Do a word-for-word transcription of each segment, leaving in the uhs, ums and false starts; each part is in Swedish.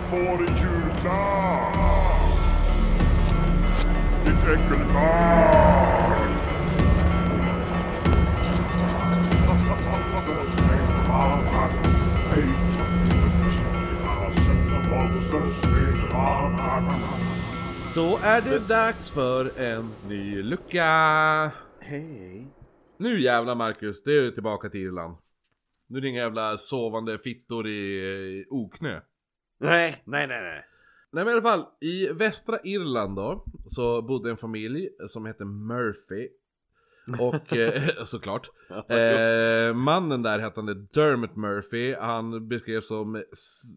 får en julklapp. Ditt äckelbarn. Då är det dags för en ny lucka. Hej. Nu jävla Marcus, det är tillbaka till Irland. Nu är det inga jävla sovande fittor i, i oknö. Nej, nej, nej, nej. Nej men i alla fall, i västra Irland då så bodde en familj som hette Murphy. Och eh, såklart eh, mannen där hette han Dermot Murphy. Han beskrevs som eh,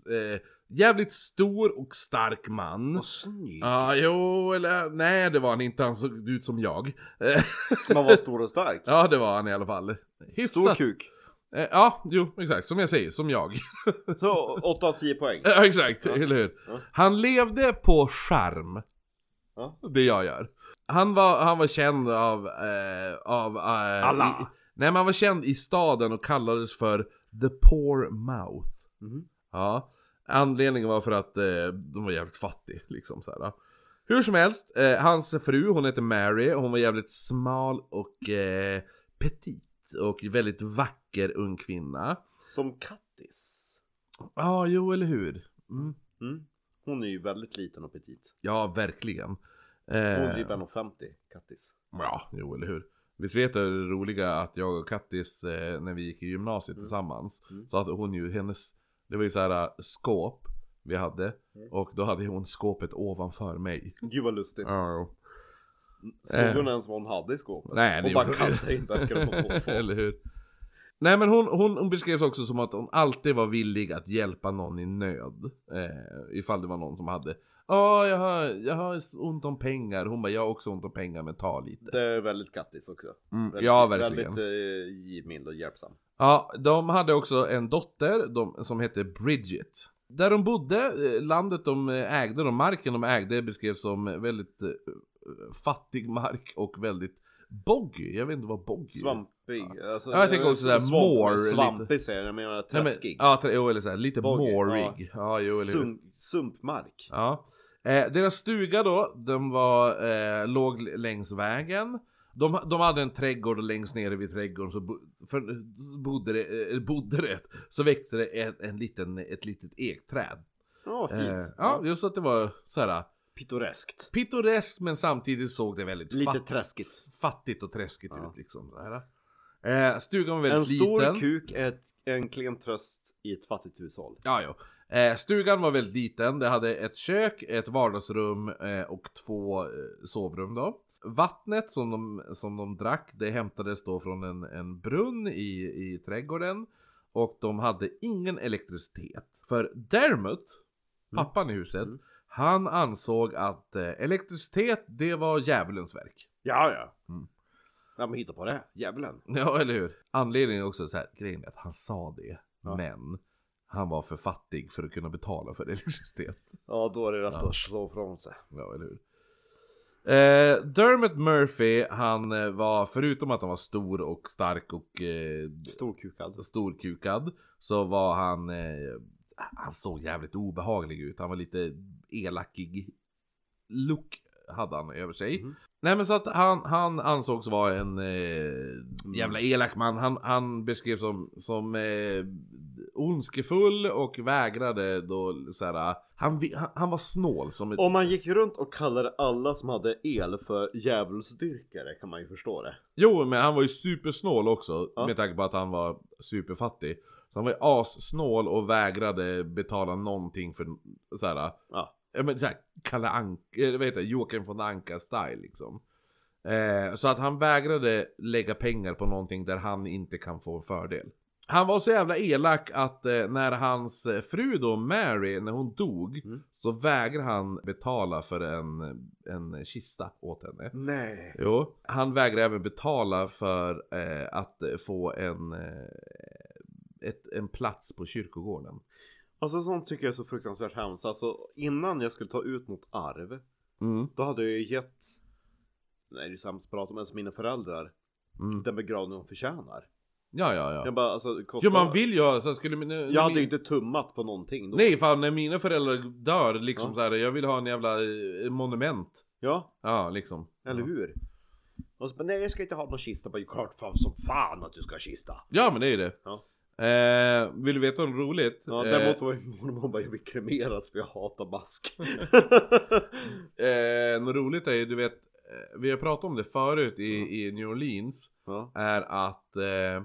jävligt stor och stark man. Och snygg. Ja, ah, jo, eller nej det var han inte. Han såg ut som jag. Man var stor och stark. Ja, det var han i alla fall. Hyfsat. Stor kuk. Eh, ja, jo, exakt. Som jag säger, som jag. Så åtta av tio poäng. Ja, exakt, Ja. eller hur? Ja. Han levde på skärm. Ja. Det jag gör. Han var, han var känd av... Eh, av eh, Alla. I, nej, men han var känd i staden och kallades för The Poor Mouth. Mhm. Ja. Anledningen var för att eh, de var jävligt fattig, liksom så här. Hur som helst, eh, hans fru, hon heter Mary. Hon var jävligt smal och eh, petit. Och väldigt vacker ung kvinna. Som Kattis. Ja, ah, jo, eller hur? Mm. Mm. Hon är ju väldigt liten och petit. Ja, verkligen. Hon är ju Eh, bara en femtio, Kattis. ja, jo, eller hur? Visst vet du det roliga att jag och Kattis, eh, när vi gick i gymnasiet Mm. tillsammans, Mm. så hade hon ju hennes, det var ju så här äh, skåp vi hade, Mm. och då hade hon skåpet ovanför mig. Gud vad lustigt. Ja, Såg Eh. hon ens vad hon hade i skåpet? nej, det och bara gjorde hon kastade in böcker och på, på. eller hur? Nej, men hon, hon, hon beskrevs också som att hon alltid var villig att hjälpa någon i nöd. Eh, ifall det var någon som hade, ja, jag har, jag har ont om pengar. Hon bara, jag har också ont om pengar, men ta lite. Det är väldigt Kattis också. Mm, Väldigt, ja, verkligen. Väldigt eh, givmild och hjälpsam. Ja, de hade också en dotter de, som hette Bridget. Där de bodde, eh, landet de ägde, de marken de ägde beskrevs som väldigt eh, fattig mark och väldigt boggy. Jag vet inte vad boggy är. Svampig. Alltså, Ja, jag tänker också såhär svamp- more, Svampig lite. säger jag, jag menar Nej, men, träskig. ja, trä, jo, eller såhär, lite Boggy, moorig. Ja, jo, eller hur? Sump, sumpmark. Ja. Eh, deras stuga då, de var, eh, låg längs vägen. De, de hade en trädgård och längst nere vid trädgården så bo, för, bodde, det, eh, bodde det, så växte det en, en liten, ett litet ekträd. Ja, fint. Eh, ja, just att det var så här Pittoreskt. pittoreskt, men samtidigt såg det väldigt Lite fatt, träskigt. fattigt och träskigt Ja. ut liksom. Så här. Eh, stugan var En väldigt stor liten. kuk är ett, en klen tröst i ett fattigt hushåll. Ja, ja. Eh, stugan var väldigt liten. Det hade ett kök, ett vardagsrum eh, och två eh, sovrum då. Vattnet som de, som de drack, det hämtades då från en, en brunn i, i trädgården. Och de hade ingen elektricitet. För Dermot, pappan i huset, Mm. han ansåg att eh, elektricitet, det var djävulens verk. Ja, ja. Mm. Ja, men hitta på det. Djävulen. Ja, eller hur? Anledningen är också så här, grejen är att han sa det, Ja. men han var för fattig för att kunna betala för elektricitet. Ja, då är det rätt Ja. att slå från sig. Ja, eller hur? Eh, Dermot Murphy, han eh, var, förutom att han var stor och stark och eh, Storkukad. storkukad, så var han, eh, han såg jävligt obehaglig ut. Han var lite elakig look hade han över sig. Mhm. Nej, men så att han, han ansågs vara en eh, jävla elak man. Han, han beskrevs som, som eh, ondskefull och vägrade då såhär, han, vi- han, han var snål som ett... Om man gick runt och kallade alla som hade el för djävulsdyrkare kan man ju förstå det. Jo, men han var ju supersnål också, Ja. med tanke på att han var superfattig. Så han var ju assnål och vägrade betala någonting för såhär, Ja. ja men såhär, Kalle Anka, vad heter det, Joakim von Anka style liksom. Eh, så att han vägrade lägga pengar på någonting där han inte kan få fördel. Han var så jävla elak att eh, när hans eh, fru då, Mary, när hon dog, Mm. så vägrade han betala för en, en kista åt henne. Nej. Jo, han vägrar även betala för eh, att eh, få en, eh, ett, en plats på kyrkogården. Alltså sånt tycker jag är så fruktansvärt hemskt. Alltså innan jag skulle ta ut något arv, Mm. då hade jag ju gett, nej det är sämst att prata om, men som mina föräldrar, Mm. den begravning de förtjänar. Ja, ja, ja. Jag bara, alltså, kostar... Jo, man vill ju ha, så skulle min, Jag hade ju inte tummat på någonting då. Nej, fan när mina föräldrar dör liksom Ja. så här, jag vill ha en jävla eh, monument. Ja, Ja, liksom. eller ja. hur? Och så bara, nej jag ska inte ha någon kista. Bara, klart fan som fan att du ska ha kista. Ja, men det är det. Ja. Eh, vill du veta något roligt? Ja, eh, däremot så var ju mormor bara, jag vill kremeras för jag hatar mask. eh, något roligt är ju, du vet, eh, vi har pratat om det förut i, Ja. i New Orleans. Ja. Är att eh, eh,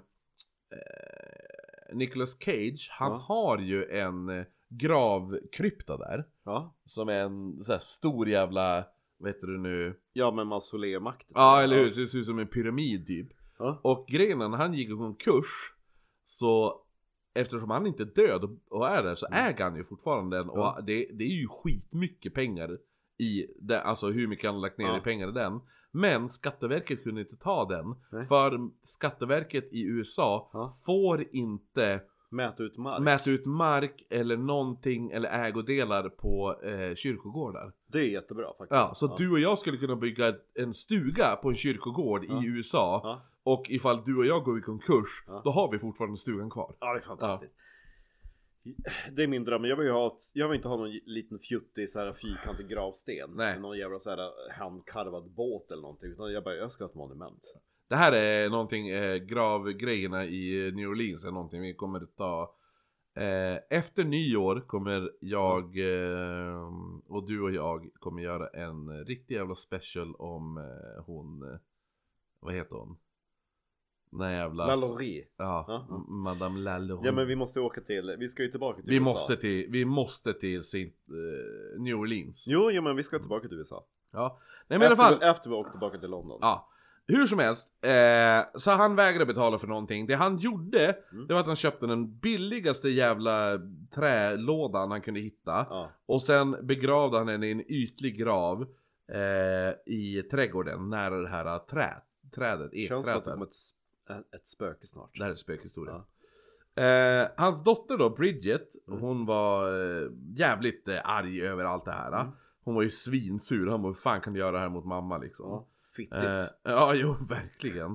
Nicolas Cage, han Ja. har ju en eh, gravkrypta där. Ja. Som är en så här stor jävla, vad heter det nu? Ja, men mausoleummakten. Ja, eller hur? Det ser ut som en pyramid typ. Ja. Och grejen är, när han gick i konkurs, så eftersom han inte är död och är där, så äger han ju fortfarande den. Ja. Och det, det är ju skitmycket pengar i det, alltså hur mycket han har lagt ner Ja. i pengar i den. Men Skatteverket kunde inte ta den. Nej. För Skatteverket i U S A Ja. får inte Mäta ut mark. mäta ut mark eller någonting eller ägodelar på eh, kyrkogårdar. Det är jättebra faktiskt. Ja, så du och jag skulle kunna bygga en stuga på en kyrkogård Ja. i U S A. Ja. Och ifall du och jag går i konkurs, Ja. då har vi fortfarande stugan kvar. Ja, det är fantastiskt. Det är min dröm. Jag vill ju ha ett, jag vill inte ha någon liten fjuttig så här fyrkantig gravsten. Nej. Någon jävla så här handkarvad båt eller någonting. Utan jag bara, jag ska ha ett monument. Det här är någonting, eh, gravgrejerna i New Orleans är någonting vi kommer att ta. Eh, efter nyår kommer jag eh, och du och jag kommer göra en riktig jävla special om eh, hon, eh, vad heter hon? Den jävla... Lalaurie. Ja, Ja, ja. Madame Lalaurie. Ja, men vi måste åka till, vi ska ju tillbaka till vi U S A. måste till, vi måste till Saint, eh, New Orleans. Jo, jo, men vi ska tillbaka till U S A. Ja, nej men i alla fall. Efter, efter vi åkt tillbaka till London. Ja, hur som helst, eh, så han vägrade betala för någonting. Det han gjorde, Mm. det var att han köpte den billigaste jävla trälådan han kunde hitta. Ja. Och sen begravde han den i en ytlig grav eh, i trädgården nära det här trä, trädet, Känns som att det ekträdet. kommer ett, sp- ett spöke snart. Det här är spökhistoria. Ja. Eh, hans dotter då, Bridget, Mm. hon var eh, jävligt eh, arg över allt det här. Mm. Hon var ju svinsur, han var, hur fan kan du göra det här mot mamma liksom? Ja, fittigt. Eh, ja, jo, verkligen.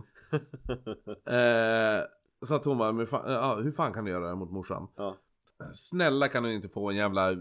eh, så att hon bara, men fan, ja, hur fan kan du göra det här mot morsan? Ja. Snälla, kan du inte få en jävla eh,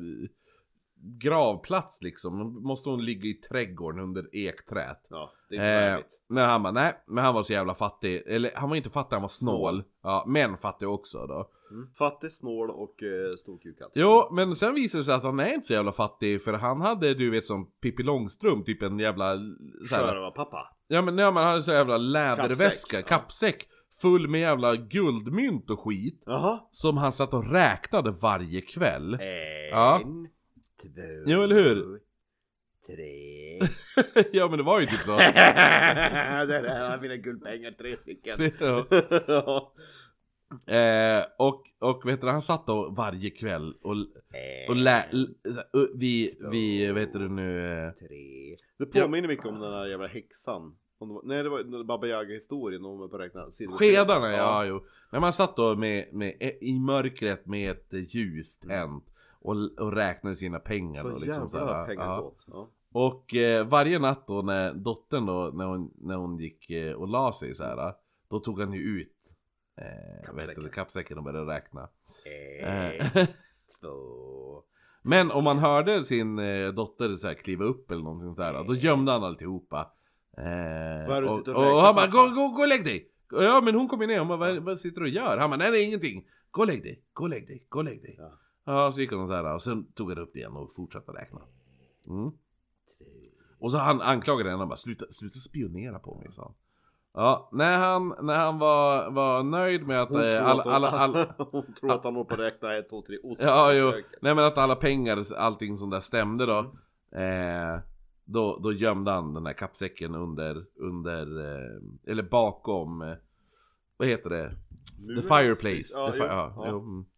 gravplats liksom? Måste hon ligga i trädgården under ekträt? Ja, det är inte Eh, värdigt. men han bara, nej, men han var så jävla fattig. Eller han var inte fattig, han var snål. Snål. Ja, men fattig också då. Mm. Fattig, snål och eh, storkukat. Jo, men sen visade det sig att han är inte så jävla fattig. För han hade, du vet, som Pippi Långstrump, typ en jävla så här, Köra pappa. ja men ja, man hade så jävla läderväska, Kappsäck, kappsäck, ja. full med jävla guldmynt och skit. Jaha. Som han satt och räknade varje kväll. En, Ja. två, Jo, eller hur? tre. Ja, men det var ju typ så. Där är mina guldpengar, tre stycken. Ja. Ja. eh, och, och vet du, han satt då varje kväll och, och lä, l, så här, uh, vi, vi, vet du nu eh, Tre. Det påminner mycket om den här jävla häxan. Om det var, nej, det var den Baba Yaga-historien om man på räkna skedarna, ja, jo. När man satt då med, med, i mörkret med ett eh, ljus tänt och, och räknade sina pengar. Så och liksom, jävla så här, pengar ja. åt. Ja. Och eh, varje natt då när dottern då, när hon, när hon gick eh, och la sig så här, då tog han ju ut eh, vad heter det, kappsäcken och började räkna. En, Eh, två. Men om man hörde sin eh, dotter så här, kliva upp eller någonting sådär, då gömde han alltihopa. Eh, Vad är det du och, sitter och och, räknar han bara, på? gå, gå, gå och lägg dig! Ja, men hon kom ju ner, hon bara, vad, vad sitter du och gör? Han bara, nej det är ingenting. Gå och lägg dig, gå och lägg dig, gå och lägg dig. Ja. Ja, så gick hon så här och sen tog han upp det igen och fortsatte räkna. Mm. Och så han anklagade henne och bara, sluta, sluta spionera på mig, sa han. Ja, när han, när han var, var nöjd med att Hon tror eh, att alla, hon- alla, alla, Hon tror att han håller på att räkna ett, två, tre ost. ja, i jo, köket. nej men att alla pengar, allting som där stämde då, eh, då, då gömde han den här kappsäcken under, under, eh, eller bakom, eh, vad heter det? Muren, The fireplace. spis- ja, The fi- jo, ja, ja. jo, mm.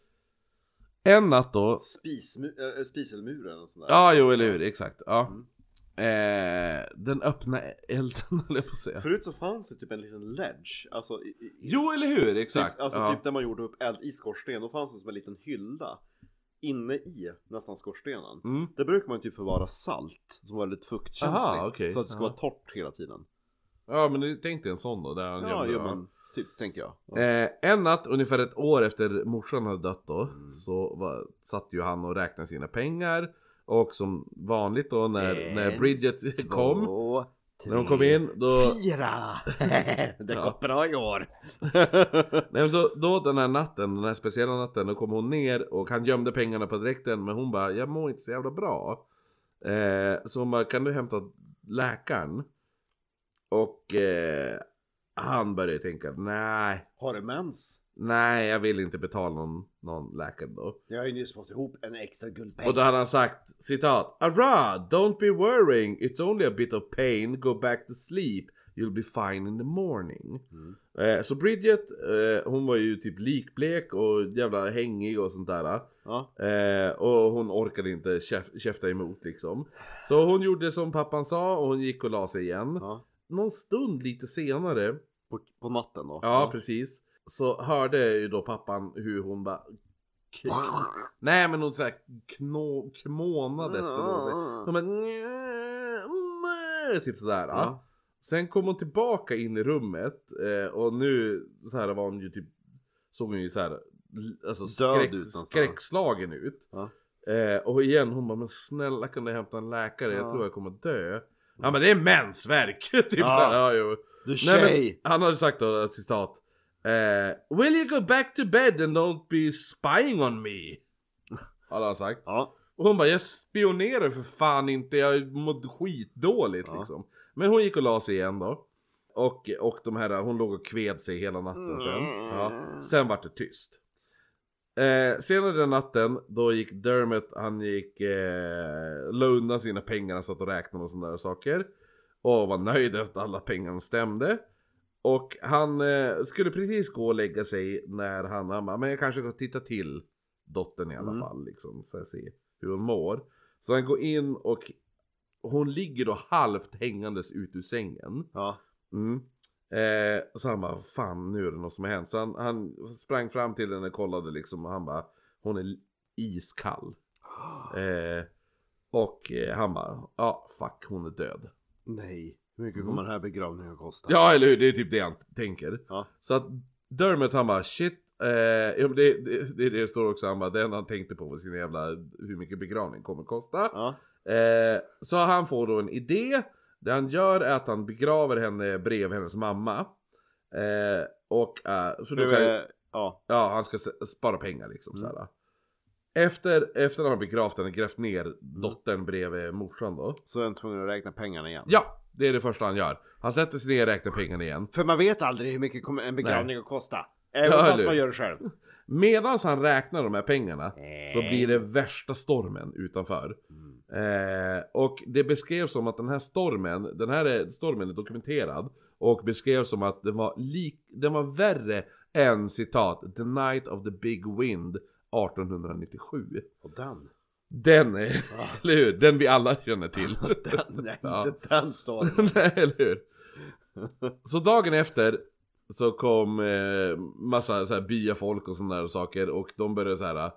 En natt då, Spismu- äh, spiselmuren och sådär. ja jo eller hur, exakt, ja. Mm. Eh, den öppna elden, höll jag på att säga. Förut så fanns det typ en liten ledge. Alltså, i, i, Jo eller hur, exakt. Typ, alltså ja. typ där man gjorde upp eld i skorsten. Då fanns det som en liten hylla inne i nästan skorstenen. Mm. Där brukar man typ förvara salt som var väldigt fuktkänsligt. Aha, okej. Så att det ska Aha. vara torrt hela tiden. Ja men du tänkte en sån då, där han Ja, gömde, jo, ja. men typ, tänker jag. Ja. Eh, en natt, ungefär ett år efter morsan hade dött då, Mm. så var, satt ju han och räknade sina pengar. Och som vanligt då när, En, när Bridget kom, Två, tre, när hon kom in då... fyra! Det Ja. gått bra i år. Nej, men så då den här natten, den här speciella natten, då kom hon ner och han gömde pengarna på direkten. Men hon bara, jag mår inte så jävla bra. Eh, så hon bara, kan du hämta läkaren? Och eh, han började tänka, nej, Har du mens? nej jag vill inte betala någon, någon läkare då. Jag har ju nyss fått ihop en extra guldpeng. Och då hade han sagt, citat, Ara, don't be worrying, it's only a bit of pain, go back to sleep, you'll be fine in the morning. Mm. Eh, så Bridget, eh, hon var ju typ likblek och jävla hängig och sånt där. Ja. Eh, och hon orkade inte käf- käfta emot liksom. Så hon gjorde som pappan sa och hon gick och la sig igen. Ja. Någon stund lite senare, På, på natten då? ja precis, så hörde ju då pappan hur hon bara k- nej men hon såhär knå, kmånades eller vad man säger. Hon bara "Nä, typ sådär. Ja. Ja. Sen kom hon tillbaka in i rummet eh, och nu så här var hon ju typ, såg hon ju så här alltså Död skräck, ut någonstans. skräckslagen ut. Ja. Eh, och igen hon bara, men snälla kan du hämta en läkare, jag Ja. tror jag kommer dö. Ja men det är mensvärk. typ Ja. så här, ja jo. Du Nej, tjej! men, han hade sagt då till stat eh, will you go back to bed and don't be spying on me? Hade han sagt. Ja. Och hon bara, jag spionerar för fan inte, jag mådde skitdåligt Ja. liksom. Men hon gick och la sig igen då. Och, och de här, hon låg och kved sig hela natten sen. Ja. Sen var det tyst. Eh, senare den natten, då gick Dermot, han gick, eh, la undan sina pengar, han satt och räknade och sådana där saker. Och var nöjd efter att alla pengarna stämde. Och han eh, skulle precis gå och lägga sig när han, han bara, men jag kanske ska titta till dottern i alla Mm. fall liksom, så jag ser hur hon mår. Så han går in och hon ligger då halvt hängandes ut ur sängen. Ja. Mm. Eh, så han bara, fan nu är det något som har hänt. Så han, han sprang fram till henne och kollade liksom, och han bara, hon är iskall. Eh, och eh, han bara, ja fuck, hon är död. Nej. Hur mycket Mm. kommer den här begravningen att kosta? Ja eller hur, det är typ det han tänker. Ja. Så att Dermot han bara, shit. Eh, ja, men det, det, det, det står också, han bara, den han tänkte på var sin jävla, hur mycket begravning kommer kosta. Ja. Eh, så han får då en idé. Det han gör är att han begraver henne bredvid hennes mamma. Eh, och eh, så då kan, Det, ja. ja, han ska s- spara pengar liksom. Mm. Så här. Efter, efter att han begravt henne, grävt ner dottern bredvid morsan då. Så är han tvungen att räkna pengarna igen. Ja, det är det första han gör. Han sätter sig ner och räknar pengarna igen. För man vet aldrig hur mycket kommer en begravning att kosta. Även Ja, fast eller- man gör det själv. Medan han räknar de här pengarna så Eh. blir det värsta stormen utanför. Eh, och det beskrevs som att den här stormen, den här är, stormen är dokumenterad och beskrevs som att den var, lik, den var värre än citat The Night of the Big Wind arton nittiosju. Och den. Den är, eller hur? Den vi alla känner till. Den, nej, Ja. inte den stormen. Nej, eller hur? Så dagen efter så kom eh, massa så här byafolk och sådana där saker och de började så här.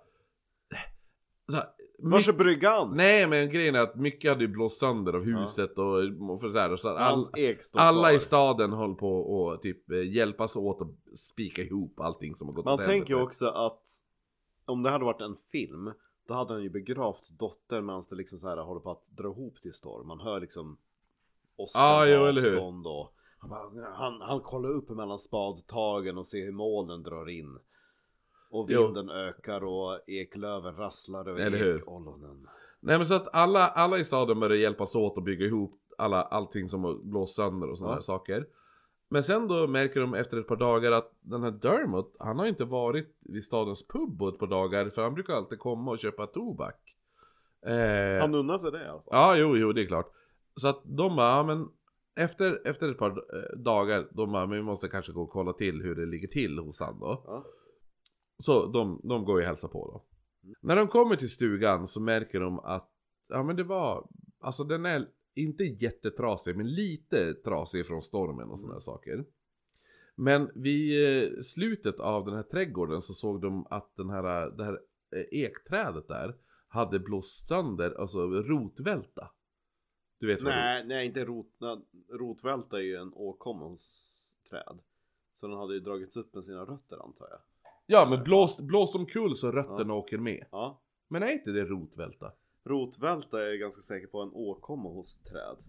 Så här Vars är bryggan? nej men grejen är att mycket hade ju blåst sönder av huset och, och för så här, så att all, Hans ek står alla kvar. i staden höll på att typ eh, hjälpas åt att spika ihop allting som har gått Man åt tänker ju helvete. också att om det hade varit en film, då hade han ju begravt dottern medan det liksom så här håller på att dra ihop till storm. Man hör liksom Oscar Ja, jo, eller hur? avstånd och han, bara, han, han kollar upp mellan spadtagen och ser hur molnen drar in. Och Jo. vinden ökar och eklöven rasslar över Eller hur? ekollonen. Nej men så att alla, alla i staden började hjälpas åt att bygga ihop alla, allting som har blåst sönder och sådana Ja. här saker. Men sen då märker de efter ett par dagar att den här Dermot, han har inte varit vid stadens pub på ett par dagar, för han brukar alltid komma och köpa tobak. Eh, Han unnar sig det i alla fall. ja, jo, jo, det är klart. Så att de bara, ja, men efter, efter ett par eh, dagar, de bara, men vi måste kanske gå och kolla till hur det ligger till hos han då. Ja. Så de, de går ju och hälsar på då. När de kommer till stugan så märker de att, ja men det var, alltså den är inte jättetrasig men lite trasig från stormen och sådana här saker. Men vid eh, slutet av den här trädgården så såg de att den här, det här eh, ekträdet där hade blåst sönder, alltså rotvälta. Du vet vad Nej, nej, inte rot, nej, rotvälta är ju en åkommans träd. Så den hade ju dragits upp med sina rötter, antar jag. Ja, men blåst, blåst omkull så rötterna Ja. åker med. Ja. Men är inte det rotvälta? Rotvälta är jag ganska säker på en åkomma hos träd.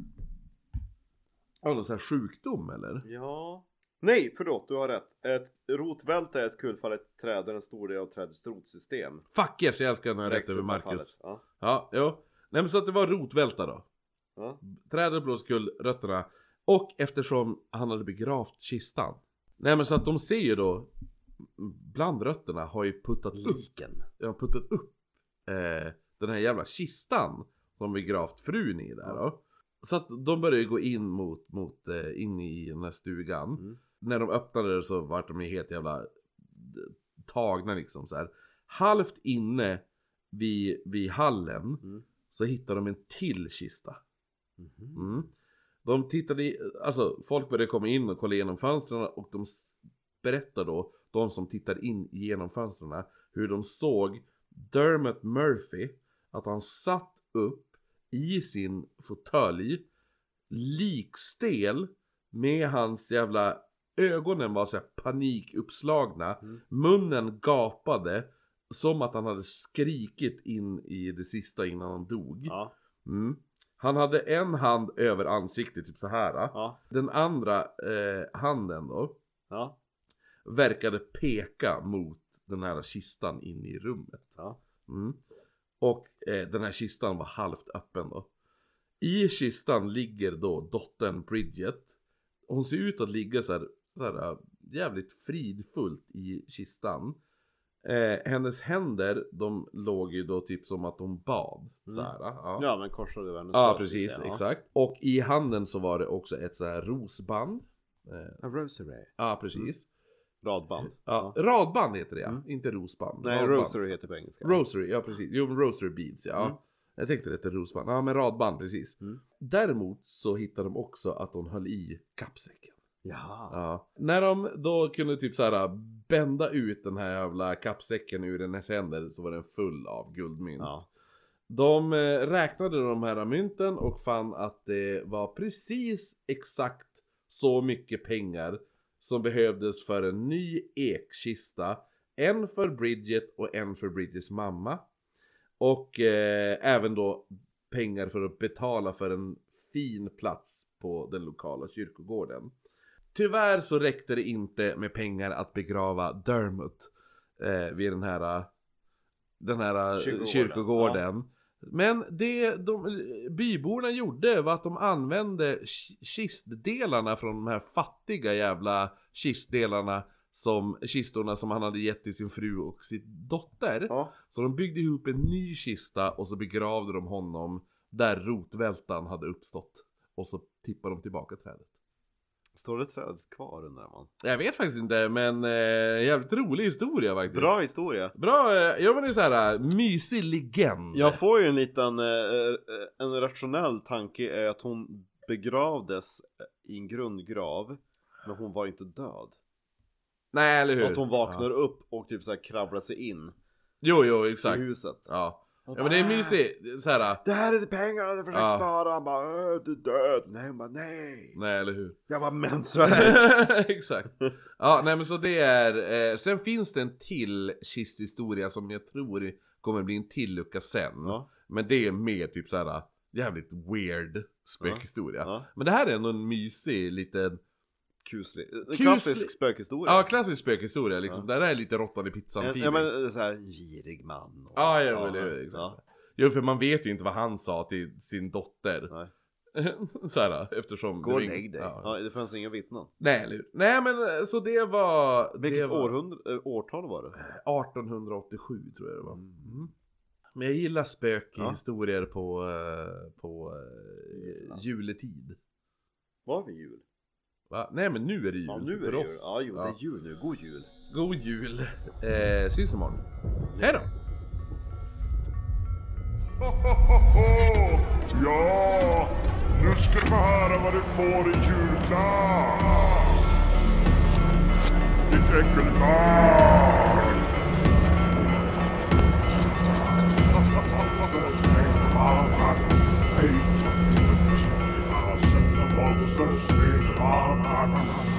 Ja, någon sån här sjukdom eller? Ja. Nej, förlåt, du har rätt. Ett rotvälta är ett kullfallet träd där en stor del av trädets rotsystem. Fuck yes, jag älskar den här rätt växer över upp av Marcus. fallet. Ja. Ja, jo. Nej men så att det var rotvälta då. Ja. Trädet blåste kull rötterna. Och eftersom han hade begravt kistan. Nej men så att de ser ju då, bland rötterna har ju puttat upp. Liken. Jag har puttat upp eh, den här jävla kistan som begravt frun i där då. Så att de började gå in mot, mot eh, in i den här stugan. Mm. När de öppnade det så var de helt jävla tagna liksom så här. Halvt inne vid, vid hallen Mm. så hittar de en till kista. Mhm. Mm. De tittade i, alltså folk började komma in och kolla igenom fönstren och de s- berättar då, de som tittar in genom fönstren, hur de såg Dermot Murphy, att han satt upp i sin fåtölj, likstel, med hans jävla ögonen var så här panikuppslagna, Mm. munnen gapade som att han hade skrikit in i det sista innan han dog. Ja. Mm. Han hade en hand över ansiktet, typ så här. Ja. Den andra eh, handen då Ja. verkade peka mot den här kistan in i rummet. Ja. Mm. Och eh, den här kistan var halvt öppen då. I kistan ligger då dottern Bridget. Hon ser ut att ligga så här, så här jävligt fridfullt i kistan. Eh, hennes händer, de låg ju då typ som att hon bad. Så här, ja. Ja, men korsade över hennes Ja, bröst, precis, säger jag. exakt. Och i handen så var det också ett så här rosband. Eh, A rosary. ja, precis. Radband. Ja, radband heter det, ja. Mm. Inte rosband. Nej, radband. rosary heter på engelska. Rosary, ja precis. Jo, men rosary beads, ja. Mm. Jag tänkte det heter rosband. Ja, men radband, precis. Mm. Däremot så hittade de också att hon höll i kappsäcken. Jaha. Ja. När de då kunde typ så här bända ut den här jävla kappsäcken ur hennes händer så var den full av guldmynt. Ja. De eh, räknade de här mynten och fann att det var precis exakt så mycket pengar som behövdes för en ny ekkista. En för Bridget och en för Bridgets mamma. Och eh, även då pengar för att betala för en fin plats på den lokala kyrkogården. Tyvärr så räckte det inte med pengar att begrava Dermot eh, vid den här, den här Kyrkogården. kyrkogården. Men det de, byborna gjorde var att de använde ki- kistdelarna från de här fattiga jävla kistdelarna som, kistorna som han hade gett till sin fru och sin dotter. Ja. Så de byggde ihop en ny kista och så begravde de honom där rotvältan hade uppstått. Och så tippade de tillbaka trädet. Står det träd kvar, undrar man? Jag vet faktiskt inte, men eh, jävligt rolig historia faktiskt. Bra historia. Bra, eh, ja men det är så här äh, mysig legend. Jag får ju en liten, eh, en rationell tanke är att hon begravdes i en grundgrav, men hon var inte död. Nej, eller hur? Att hon vaknar Ja. upp och typ så här kravlar sig in Jo, jo, i exakt. huset. Ja. Ja, men det är mysigt. Så här. Det här är de pengar jag hade försökt Ja. spara. Han bara, "Äh, du är död. Nej, han bara, nej. Nej, eller hur? Jag var mensvärd. Exakt. Ja, nej men så det är... Eh, sen finns det en till kisthistoria som jag tror kommer bli en till lucka sen. Ja. Men det är mer typ så här jävligt weird spökhistoria. Ja. Men det här är ändå en mysig liten... Kuslig. Kuslig- Klassisk spökhistoria. Ja, klassisk spökhistoria liksom. Där är lite råttan i pizzan Ja, feeling. men så här girig man. Och, Ja, ja, men det är exakt. ja. Jo, för man vet ju inte vad han sa till sin dotter. Nej. Så här, eftersom... Gå det och var ing- lägg dig. Ja. Ja, det fanns inga vittnen. Nej, eller hur? Nej, men så det var... det Vilket var århundra, äh, årtal var det? arton åttiosju tror jag det var. Mm. Men jag gillar spökhistorier på, eh, på uh, juletid. Var vi jul? Va? Nej, men nu är det jul Ja, nu är för det jul. oss. Ja, jo, det är jul nu. God jul. God jul. Eh, syns imorgon. Hej då. Ja, nu ska du få höra vad du får i julklapp. Ditt äckelbarn. Hej, jag har sett en monster,